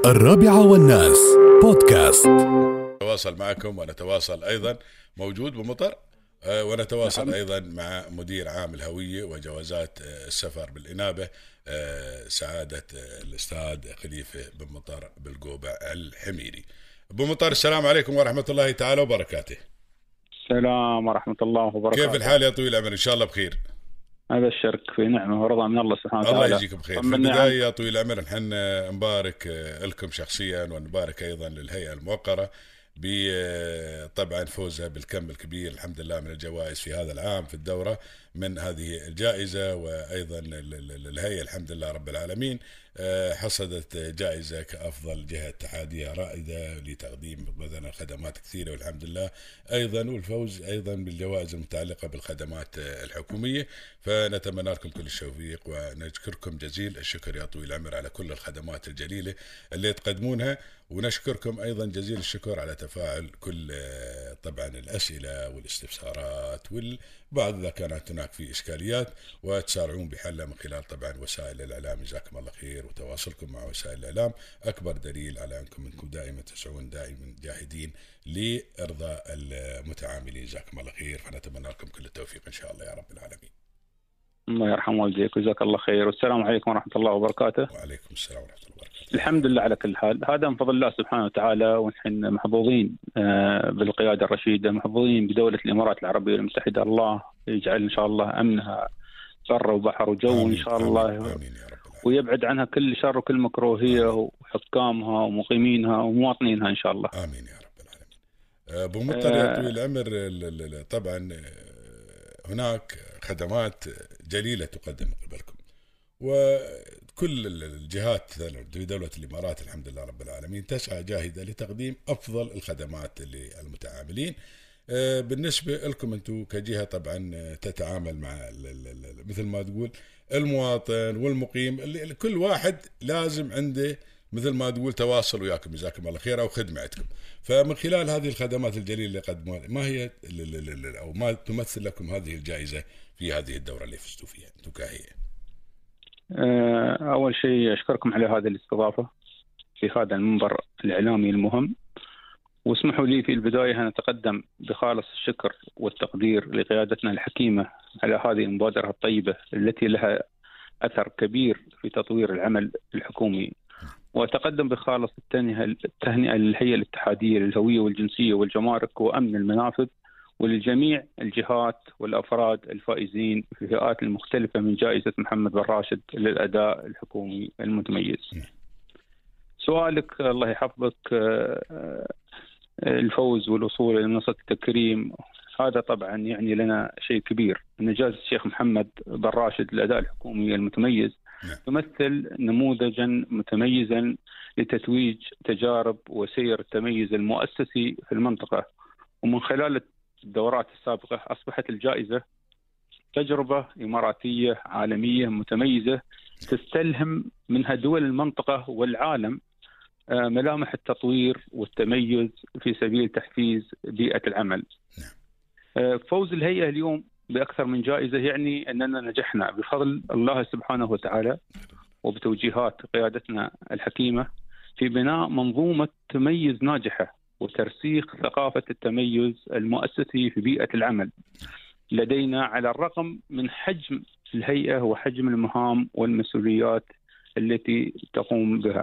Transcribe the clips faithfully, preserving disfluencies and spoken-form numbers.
الرابعة والناس بودكاست. نتواصل معكم ونتواصل أيضا موجود بمطر، ونتواصل نعم. أيضا مع مدير عام الهوية وجوازات السفر بالإنابة سعادة الأستاذ خليفة بن مطر بالقوبة الحميري. أبو مطر، السلام عليكم ورحمة الله تعالى وبركاته. السلام ورحمة الله وبركاته. كيف الحال يا طويل العمر؟ إن شاء الله بخير. هذا الشرك في نعمة ورضا من الله سبحانه وتعالى. الله يجيكم بخير. في البداية يا طويل العمر نحن نبارك لكم شخصيا ونبارك أيضا للهيئة الموقرة طبعا فوزها بالكم الكبير الحمد لله من الجوائز في هذا العام في الدورة من هذه الجائزة، وأيضا الهيئة الحمد لله رب العالمين حصدت جائزة كأفضل جهة اتحادية رائدة لتقديم مثلا خدمات كثيرة والحمد لله أيضا، والفوز أيضا بالجوائز المتعلقة بالخدمات الحكومية. فنتمنى لكم كل التوفيق ونشكركم جزيل الشكر يا طويل العمر على كل الخدمات الجليلة اللي تقدمونها، ونشكركم أيضا جزيل الشكر على تفاعل كل طبعا الأسئلة والاستفسارات والبعض إذا كانت هناك في إشكاليات وتسارعون بحلها من خلال طبعا وسائل الإعلام. جزاكم الله خير، وتواصلكم مع وسائل الإعلام أكبر دليل على أنكم منكم دائما تسعون دائما جاهدين لإرضاء المتعاملين. جزاكم الله خير، فنتمنى لكم كل التوفيق إن شاء الله يا رب العالمين. الله يرحم والديك، جزاك الله خير، والسلام عليكم ورحمة الله وبركاته. وعليكم السلام ورحمة الله وبركاته. الحمد لله على كل حال، هذا من فضل الله سبحانه وتعالى، ونحن محظوظين بالقيادة الرشيدة، محظوظين بدولة الإمارات العربية المتحدة. الله يجعل إن شاء الله أمنها بر وبحر وجو إن شاء الله، آمين. آمين يا رب العالمين. ويبعد عنها كل شر وكل مكروهية وحكامها ومقيمينها ومواطنينها إن شاء الله. آمين يا رب العالمين. أبو مطر يا طويل العمر، طبعا هناك خدمات جليلة تقدم من قبلكم، وكل الجهات في دولة الإمارات الحمد لله رب العالمين تسعى جاهدة لتقديم أفضل الخدمات للمتعاملين. بالنسبة لكم أنتم كجهة طبعا تتعامل مع مثل ما تقول المواطن والمقيم، اللي كل واحد لازم عنده مثل ما تقول تواصل وياكم جزاكم الله خير أو خدمتكم. فمن خلال هذه الخدمات الجليلة اللي قدموها، ما هي أو ما تمثل لكم هذه الجائزة في هذه الدورة اللي فزتوا فيها أنتم كهيئة؟ أول شيء أشكركم على هذه الاستضافة في هذا المنبر الإعلامي المهم، واسمحوا لي في البداية أن أتقدم بخالص الشكر والتقدير لقيادتنا الحكيمة على هذه المبادرة الطيبة التي لها أثر كبير في تطوير العمل الحكومي. وأتقدم بخالص التهنئة للهيئة الاتحادية للهوية والجنسية والجمارك وأمن المنافذ، ولجميع الجهات والأفراد الفائزين في الفئات المختلفة من جائزة محمد بن راشد للأداء الحكومي المتميز. سؤالك الله يحفظك، الفوز والوصول إلى منصة التكريم هذا طبعا يعني لنا شيء كبير. أن جائزة الشيخ محمد بن راشد للأداء الحكومي المتميز تمثل نموذجا متميزا لتتويج تجارب وسير التميز المؤسسي في المنطقة، ومن خلال الدورات السابقة أصبحت الجائزة تجربة إماراتية عالمية متميزة تستلهم منها دول المنطقة والعالم ملامح التطوير والتميز في سبيل تحفيز بيئة العمل. فوز الهيئة اليوم بأكثر من جائزة يعني أننا نجحنا بفضل الله سبحانه وتعالى وبتوجيهات قيادتنا الحكيمة في بناء منظومة تميز ناجحة وترسيخ ثقافة التميز المؤسسي في بيئة العمل لدينا، على الرغم من حجم الهيئة وحجم المهام والمسؤوليات التي تقوم بها.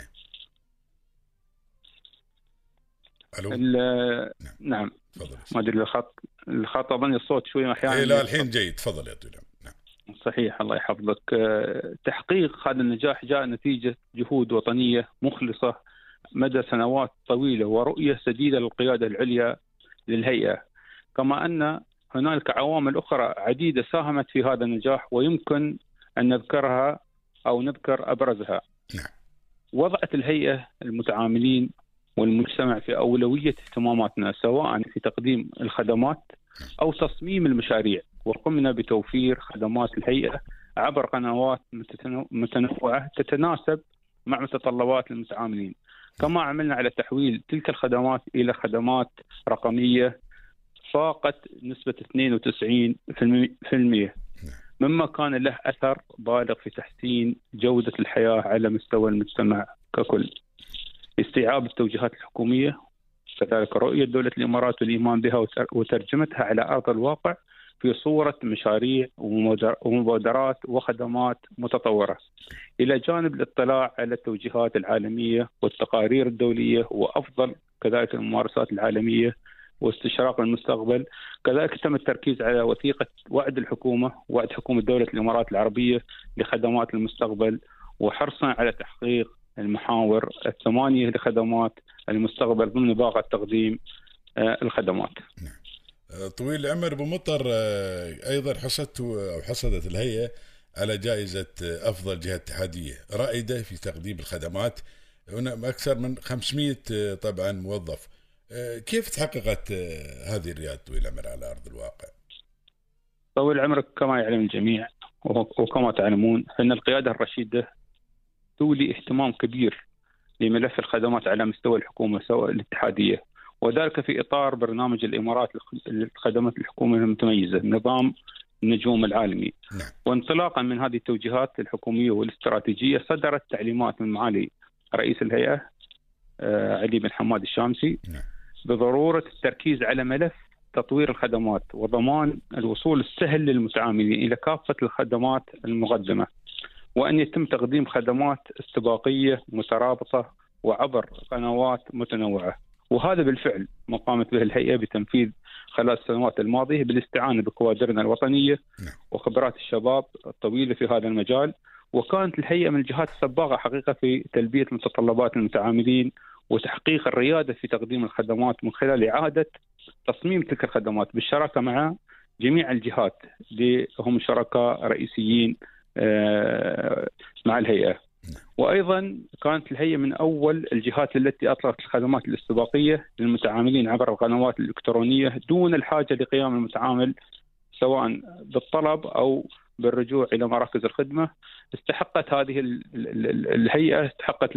نعم. ما أدري الخط الخط أظن الصوت شوي أحيانا. إيه لا الحين جيد، تفضل يا طويل. نعم صحيح، الله يحفظك. تحقيق هذا النجاح جاء نتيجة جهود وطنية مخلصة مدى سنوات طويلة ورؤية سديدة للقيادة العليا للهيئة، كما أن هنالك عوامل أخرى عديدة ساهمت في هذا النجاح ويمكن أن نذكرها أو نذكر أبرزها. وضعت الهيئة المتعاملين والمجتمع في أولوية اهتماماتنا، سواء في تقديم الخدمات أو تصميم المشاريع، وقمنا بتوفير خدمات الهيئة عبر قنوات متنوعة تتناسب مع متطلبات المتعاملين. كما عملنا على تحويل تلك الخدمات إلى خدمات رقمية فاقت نسبة اثنين وتسعين بالمئة، مما كان له أثر بالغ في تحسين جودة الحياة على مستوى المجتمع ككل. استيعاب التوجيهات الحكومية، كذلك رؤية دولة الإمارات والإيمان بها وترجمتها على أرض الواقع في صورة مشاريع ومبادرات وخدمات متطورة، إلى جانب الاطلاع على التوجيهات العالمية والتقارير الدولية وأفضل كذلك الممارسات العالمية واستشراق المستقبل. كذلك تم التركيز على وثيقة وعد الحكومة وعد حكومة دولة الإمارات العربية لخدمات المستقبل، وحرصا على تحقيق المحاور الثمانية لخدمات المستقبل ضمن باقة تقديم الخدمات. طويل العمر أبو مطر، أيضا حصدت أو حصدت الهيئة على جائزة أفضل جهة اتحادية رائدة في تقديم الخدمات، هنا أكثر من خمسمائة طبعا موظف. كيف تحققت هذه الريادة طويل العمر على أرض الواقع؟ طويل العمر كما يعلم الجميع وكما تعلمون أن القيادة الرشيدة تولي اهتمام كبير لملف الخدمات على مستوى الحكومة سواء الاتحادية، وذلك في إطار برنامج الإمارات لخدمات الحكومة المتميزة نظام النجوم العالمي. نعم. وانطلاقا من هذه التوجيهات الحكومية والاستراتيجية صدرت تعليمات من معالي رئيس الهيئة علي بن حماد الشامسي. نعم. بضرورة التركيز على ملف تطوير الخدمات وضمان الوصول السهل للمتعاملين إلى كافة الخدمات المقدمة، وأن يتم تقديم خدمات استباقية مترابطة وعبر قنوات متنوعة، وهذا بالفعل ما قامت به الهيئة بتنفيذ خلال السنوات الماضية بالاستعانة بكوادرنا الوطنية وخبرات الشباب الطويلة في هذا المجال. وكانت الهيئة من الجهات السباقة حقيقة في تلبية متطلبات المتعاملين وتحقيق الريادة في تقديم الخدمات من خلال إعادة تصميم تلك الخدمات بالشراكة مع جميع الجهات اللي هم شركاء رئيسيين مع الهيئة. وأيضا كانت الهيئة من أول الجهات التي أطلقت الخدمات الاستباقية للمتعاملين عبر القنوات الإلكترونية دون الحاجة لقيام المتعامل سواء بالطلب أو بالرجوع إلى مراكز الخدمة. استحقت هذه الهيئة استحقت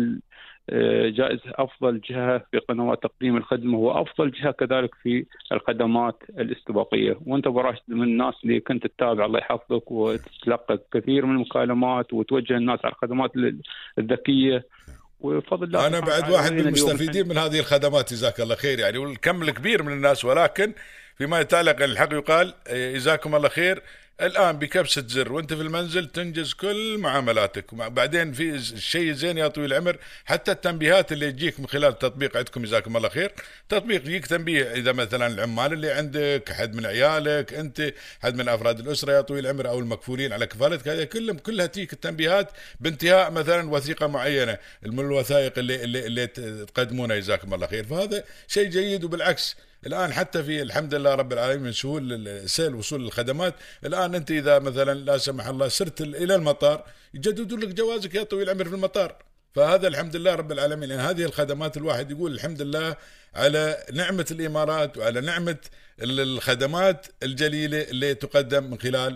جائزة أفضل جهة في قنوات تقديم الخدمة وأفضل جهة كذلك في الخدمات الاستباقية. وأنت براشد من الناس اللي كنت تتابع الله يحفظك وتتلقى كثير من المكالمات وتوجه الناس على الخدمات الذكية وفضل الله. أنا بعد واحد من المستفيدين من هذه الخدمات جزاك الله خير يعني، والكم الكبير من الناس، ولكن فيما يتعلق الحق يقال جزاكم الله خير الآن بكبسة زر وانت في المنزل تنجز كل معاملاتك. بعدين في شيء زين يا طويل العمر، حتى التنبيهات اللي تجيك من خلال التطبيق عندكم جزاكم الله خير، تطبيق يجيك تنبيه إذا مثلا العمال اللي عندك حد من عيالك أنت حد من أفراد الأسرة يا طويل العمر أو المكفولين على كفالتك، هذه كلهم كلها تجيك التنبيهات بانتهاء مثلا وثيقة معينة من الوثائق اللي اللي, اللي تقدمونها جزاكم الله خير. فهذا شيء جيد، وبالعكس الآن حتى في الحمد لله رب العالمين من سهول سهل وصول الخدمات. الآن أنت إذا مثلا لا سمح الله سرت إلى المطار يجددوا لك جوازك يا طويل العمر في المطار. فهذا الحمد لله رب العالمين، لأن هذه الخدمات الواحد يقول الحمد لله على نعمة الإمارات وعلى نعمة الخدمات الجليلة اللي تقدم من خلال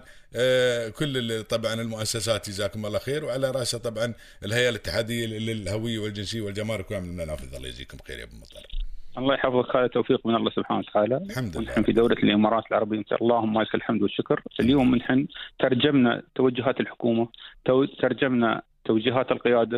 كل طبعا المؤسسات جزاكم الله خير، وعلى رأسها طبعا الهيئة الاتحادية للهوية والجنسية والجمارك وعمل المنافذ. الله يجزيكم خير يا ابو مطر. الله يحفظك، هذا توفيق من الله سبحانه وتعالى. الحمد لله. ونحن في دولة الإمارات العربية اللهم لك الحمد والشكر. اليوم نحن ترجمنا توجهات الحكومة، ترجمنا توجيهات القيادة،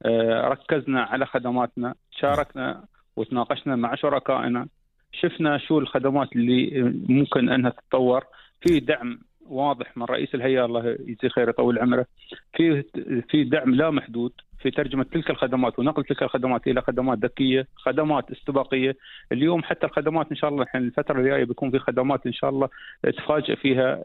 ركزنا على خدماتنا، شاركنا وتناقشنا مع شركائنا، شفنا شو الخدمات اللي ممكن أنها تتطور. في دعم واضح من رئيس الهيئة الله يجزيه خير يطول عمره، في في دعم لا محدود في ترجمة تلك الخدمات ونقل تلك الخدمات إلى خدمات ذكية، خدمات استباقية. اليوم حتى الخدمات إن شاء الله الحين الفترة الجاية بيكون في خدمات إن شاء الله تفاجئ فيها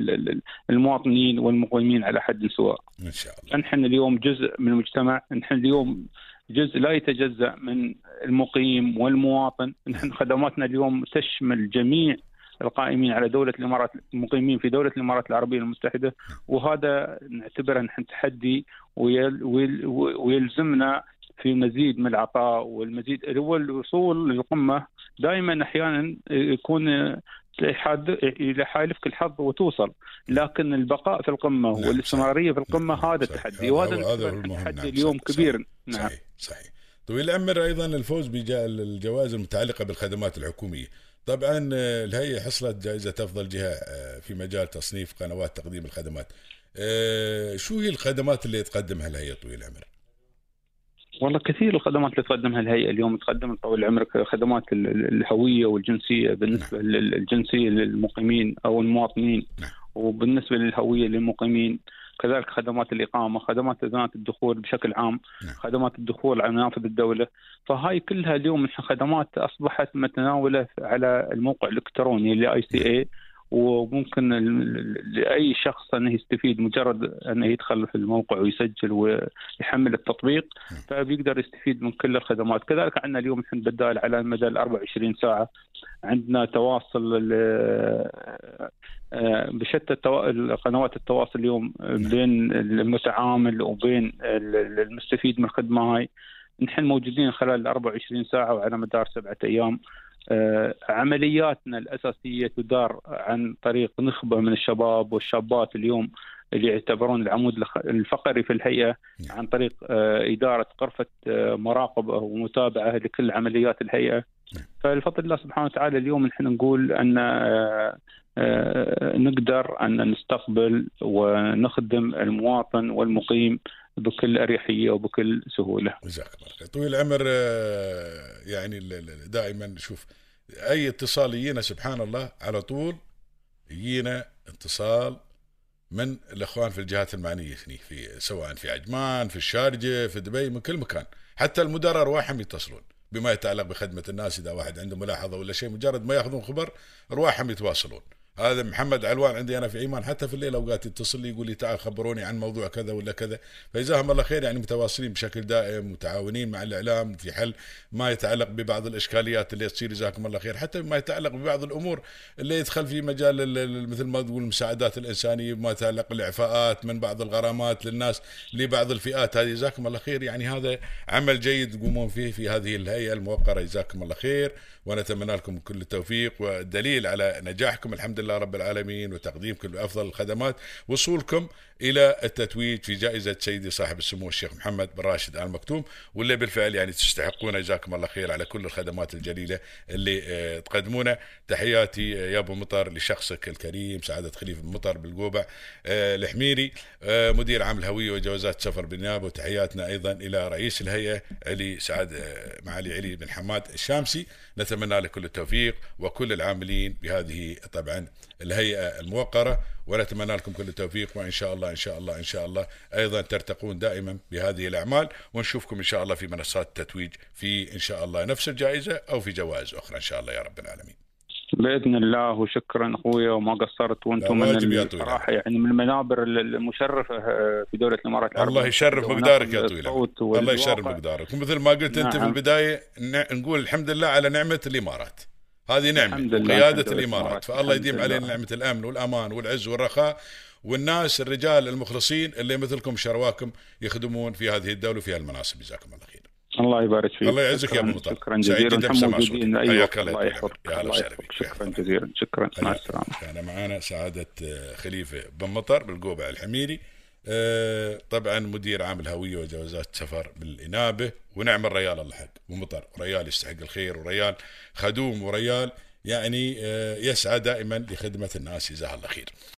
المواطنين والمقيمين على حد سواء. إن شاء الله. نحن اليوم جزء من المجتمع، نحن اليوم جزء لا يتجزأ من المقيم والمواطن. نحن خدماتنا اليوم تشمل جميع القائمين على دولة الإمارات، المقيمين في دولة الإمارات العربية المتحدة، وهذا نعتبره نحن تحدي ويلزمنا في مزيد من العطاء والمزيد. هو الوصول للقمة دائما أحيانا يكون إلى حالفك الحظ وتوصل، لكن البقاء في القمة والاستمرارية في القمة هذا التحدي، وهذا التحدي اليوم كبير. نعم صحيح صحيح. طويل العمر أيضا الفوز بالجوائز المتعلقة بالخدمات الحكومية. طبعا الهيئة حصلت جائزة أفضل جهة في مجال تصنيف قنوات تقديم الخدمات. شو هي الخدمات اللي تقدمها الهيئة طويل العمر؟ والله كثير الخدمات اللي تقدمها الهيئة اليوم. تقدم طول عمرك خدمات الهوية والجنسية بالنسبة نعم. للجنسية للمقيمين أو المواطنين نعم. وبالنسبة للهوية للمقيمين كذلك خدمات الإقامة، خدمات إذانات الدخول بشكل عام نعم. خدمات الدخول على منافذ الدولة. فهاي كلها اليوم خدمات أصبحت متناولة على الموقع الإلكتروني ل آي سي إيه، وممكن لأي شخص أنه يستفيد مجرد أنه يدخل في الموقع ويسجل ويحمل التطبيق فبيقدر يستفيد من كل الخدمات. كذلك عندنا اليوم نحن بدال على مدى الأربع وعشرين ساعة، عندنا تواصل بشتى قنوات التواصل اليوم بين المتعامل وبين المستفيد من الخدمة هاي. نحن موجودين خلال الأربع وعشرين ساعة وعلى مدار سبعة أيام. آه، عملياتنا الأساسية تدار عن طريق نخبة من الشباب والشابات اليوم اللي يعتبرون العمود الفقري في الهيئة، عن طريق آه، إدارة غرفة آه، مراقبة ومتابعة لكل عمليات الهيئة. فالفضل الله سبحانه وتعالى اليوم نحن نقول أن آه، آه، نقدر أن نستقبل ونخدم المواطن والمقيم بكل أريحية وبكل سهولة. جزاك الله خير. طويل العمر. يعني دائما شوف أي اتصال يجينا سبحان الله على طول يجينا اتصال من الأخوان في الجهات المعنية في سواء في عجمان في الشارجة في دبي من كل مكان، حتى المدراء رواحهم يتصلون بما يتعلق بخدمة الناس. إذا واحد عنده ملاحظة ولا شيء مجرد ما يأخذون خبر رواحهم يتواصلون. هذا محمد علوان عندي أنا في عمان حتى في الليل أوقات يتصل لي يقول لي تعال خبروني عن موضوع كذا ولا كذا. فجزاهم الله خير، يعني متواصلين بشكل دائم متعاونين مع الإعلام في حل ما يتعلق ببعض الإشكاليات اللي تصير جزاكم الله خير، حتى ما يتعلق ببعض الأمور اللي يدخل في مجال مثل ما تقول المساعدات الإنسانية، ما يتعلق الإعفاءات من بعض الغرامات للناس لبعض الفئات هذه. جزاكم الله خير، يعني هذا عمل جيد تقومون فيه في هذه الهيئة الموقرة. جزاكم الله خير ونتمنى لكم كل التوفيق، والدليل على نجاحكم الحمد لله رب العالمين وتقديمكم بأفضل الخدمات وصولكم إلى التتويج في جائزة سيدي صاحب السمو الشيخ محمد بن راشد آل مكتوم، واللي بالفعل يعني تستحقون. جزاكم الله خير على كل الخدمات الجليلة اللي اه تقدمونها. تحياتي يا أبو مطر لشخصك الكريم سعادة خليفة مطر بالقوبع اه الحميري اه مدير عام الهوية وجوازات سفر بالنيابة. وتحياتنا أيضا إلى رئيس الهيئة علي سعد اه معالي علي بن حماد الشامسي. نتمنى له كل التوفيق وكل العاملين بهذه طبعا الهيئة الموقرة، ونتمنى لكم كل التوفيق. وإن شاء الله إن شاء الله إن شاء الله أيضا ترتقون دائما بهذه الأعمال، ونشوفكم إن شاء الله في منصات التتويج في إن شاء الله نفس الجائزة أو في جوائز أخرى إن شاء الله يا رب العالمين بإذن الله. وشكرا أخويا وما قصرت، وأنتم من الصراحة يعني من المنابر المشرفة في دولة الإمارات العربية. الله يشرف مقدارك يا طويل، الله يشرف مقدارك. ومثل ما قلت نعم. أنت في البداية نقول الحمد لله على نعمة الإمارات، هذه نعمة وقيادة الإمارات، فالله يديم علينا نعمة الأمن والأمان والعز والرخاء، والناس الرجال المخلصين اللي مثلكم شرواكم يخدمون في هذه الدولة وفي هالمناصب. جزاكم الله خير. الله يبارك فيك. الله يعزك يا ابو مطر. شكرا جزيلا. نحن موجودين أي وقت. الله يحفظك. شكرا جزيلا. شكرا. مع السلامة. كان معنا سعادة خليفة بن مطر بالقوبع الحميري، طبعا مدير عام الهوية وجوازات سفر بالإنابة، ونعم الريال الله حق ومطر، ريال يستحق الخير وريال خدوم وريال يعني يسعى دائما لخدمة الناس. جزاه الله خير.